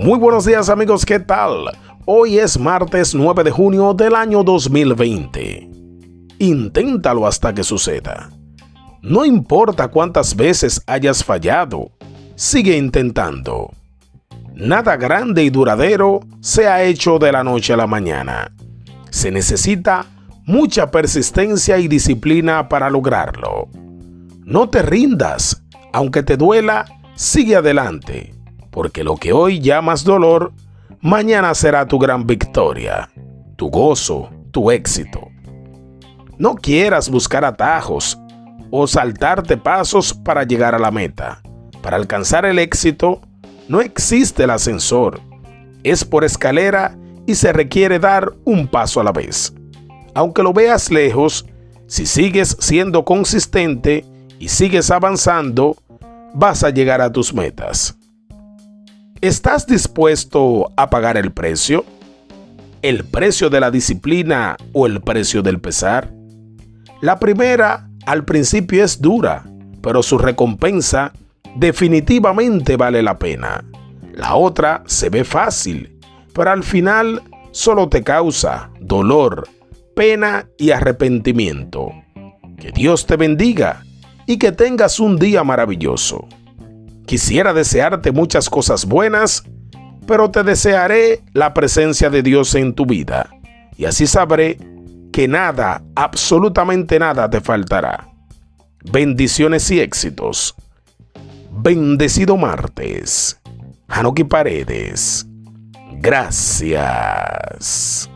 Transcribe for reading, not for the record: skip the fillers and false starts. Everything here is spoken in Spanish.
Muy buenos días amigos, ¿qué tal? Hoy es martes 9 de junio del año 2020. Inténtalo hasta que suceda. No importa cuántas veces hayas fallado, sigue intentando. Nada grande y duradero se ha hecho de la noche a la mañana. Se necesita mucha persistencia y disciplina para lograrlo. No te rindas, aunque te duela, sigue adelante, porque lo que hoy llamas dolor, mañana será tu gran victoria, tu gozo, tu éxito. No quieras buscar atajos o saltarte pasos para llegar a la meta. Para alcanzar el éxito, no existe el ascensor, es por escalera y se requiere dar un paso a la vez. Aunque lo veas lejos, si sigues siendo consistente y sigues avanzando, vas a llegar a tus metas. ¿Estás dispuesto a pagar el precio? ¿El precio de la disciplina o el precio del pesar? La primera al principio es dura, pero su recompensa definitivamente vale la pena. La otra se ve fácil, pero al final solo te causa dolor, pena y arrepentimiento. Que Dios te bendiga y que tengas un día maravilloso. Quisiera desearte muchas cosas buenas, pero te desearé la presencia de Dios en tu vida, y así sabré que nada, absolutamente nada te faltará. Bendiciones y éxitos. Bendecido martes. Hanoki Paredes. Gracias.